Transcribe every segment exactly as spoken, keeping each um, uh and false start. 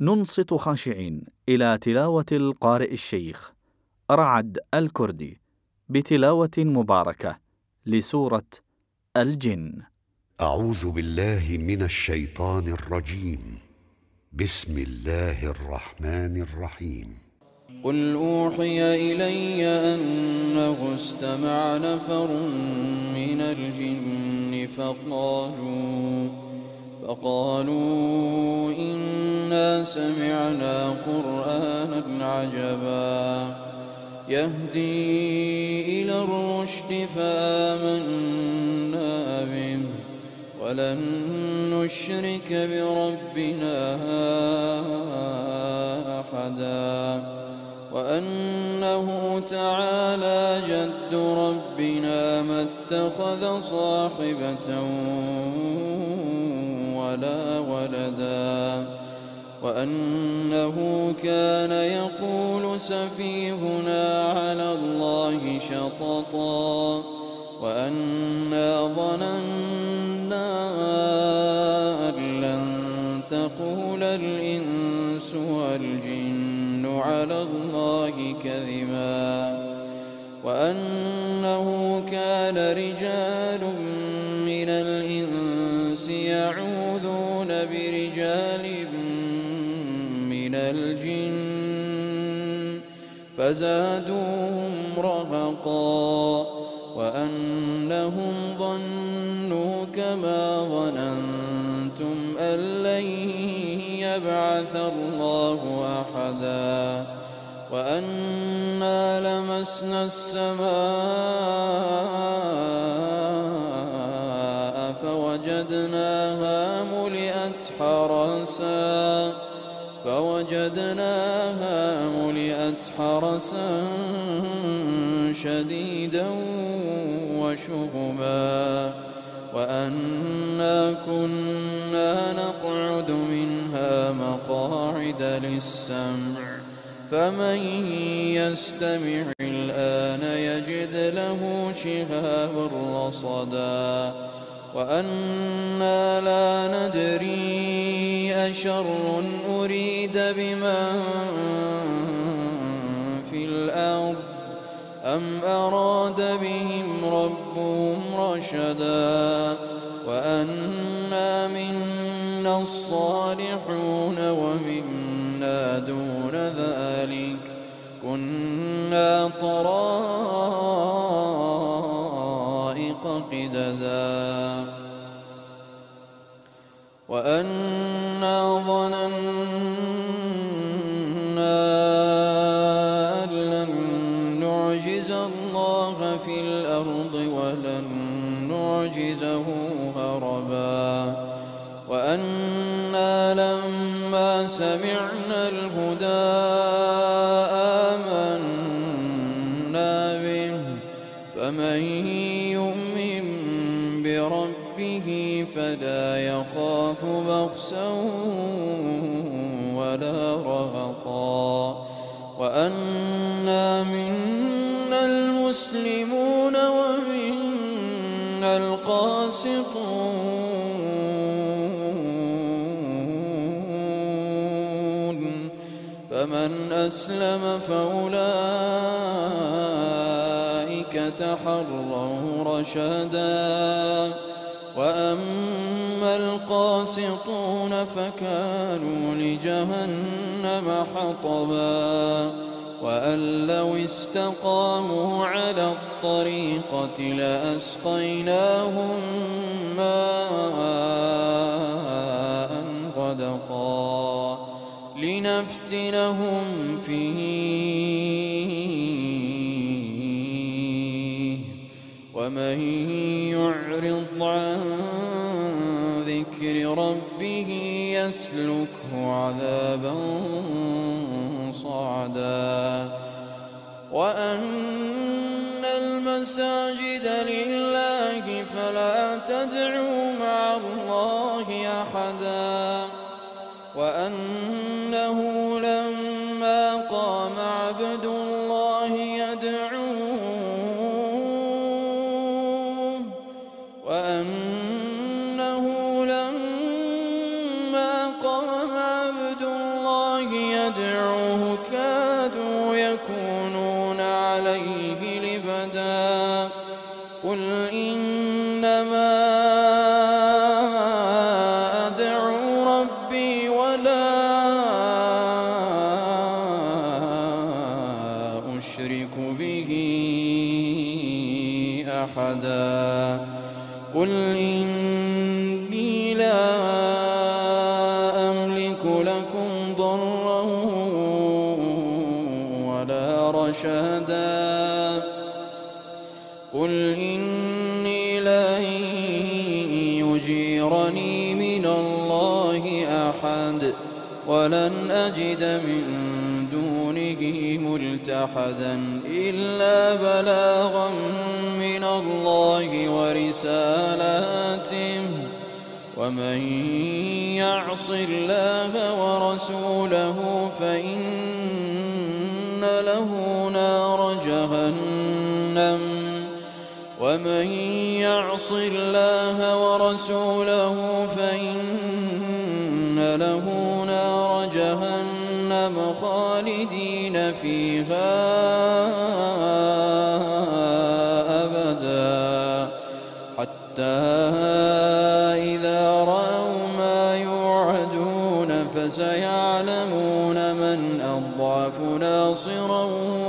ننصت خاشعين إلى تلاوة القارئ الشيخ رعد الكردي بتلاوة مباركة لسورة الجن. أعوذ بالله من الشيطان الرجيم. بسم الله الرحمن الرحيم. قل أوحي إلي أنه استمع نفر من الجن فقالوا فقالوا إنا سمعنا قرآنا عجبا يهدي إلى الرشد فآمنا به ولن نشرك بربنا أحدا وأنه تعالى جد ربنا ما اتخذ صاحبة ولا ولدا وأنه كان يقول سفيهنا على الله شططا وأنا ظننا أن لن تقول الإنس والجن على الله كذبا وأنه كان رجال من الإنس يعوذون برجال من الجن فزادوهم رهقا وأنهم ظنوا كما ظننتم أن لن يبعث الله أحدا وأنا لمسنا السماء فوجدناها ملئت حرسا فوجدناها ملئت حرسا شديدا وشهبا وأنا كنا نقعد منها مقاعد للسمع فمن يستمع الآن يجد له شهابا رصدا وأنا لا ندري أشر أريد بمن في الأرض أم أراد بهم ربهم رشدا وأنا منا الصالحون ومنا دون ذلك كنا طرائق قددا وأنا ظننا أن لن نعجز الله في الأرض ولن نعجزه هربا وأنا لما سمعنا الهدى آمنا به فمن يؤمن بربه فلا يخاف بخسا ولا رهقا وأنا منا المسلمون ومنا القاسطون فمن أسلم فأولئك تحروا رشدا وأما القاسطون فكانوا لجهنم حطبا وأن لو استقاموا على الطريقة لأسقيناهم ماء غدقا لنفتنهم فيه ومن يعرض عن ذكر ربه يسلكه عذابا صعدا وأن المساجد لله فلا تدعوا مع الله أحدا وأنه لما قام عبد الله يدعوه وأنه لما قام عبد الله يدعوه كادوا يكونون عليه لبدا قل إنما أدعو ربي ولا أشرك به أحدا قل إني لا أملك لكم ضرا ولا رشدا قل إني لن يجيرني من الله أحد ولن أجد من دونه ملتحدا إلا بلاغا من الله ورسالاته ومن يعص الله ورسوله فإن له نار جهنم ومن يعص الله ورسوله فإن له نار جهنم خالدين فيها أبدا حتى إذا رأوا ما يوعدون فسيعلمون من أضعف ناصرا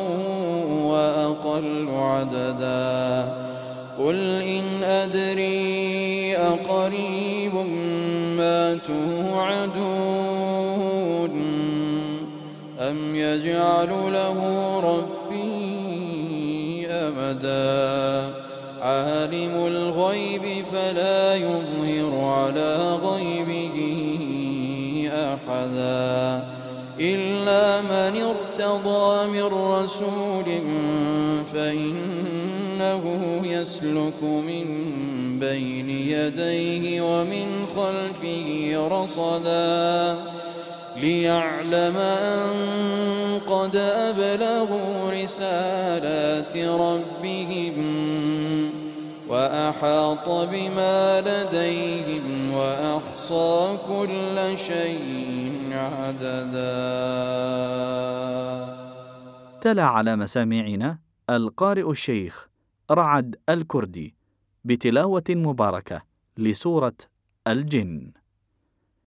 وأقل عددا قل إن أدري أقريب ما توعدون أم يجعل له ربي أمدا عالم الغيب فلا يظهر على غيبه أحدا إلا من ارتضى من رسول فإنه يسلك من بين يديه ومن خلفه رصدا ليعلم أن قد أبلغوا رسالات ربهم وأحاط بما لديهم وأحصى كل شيء عددا. تلا على مسامعنا القارئ الشيخ رعد الكردي بتلاوة مباركة لسورة الجن.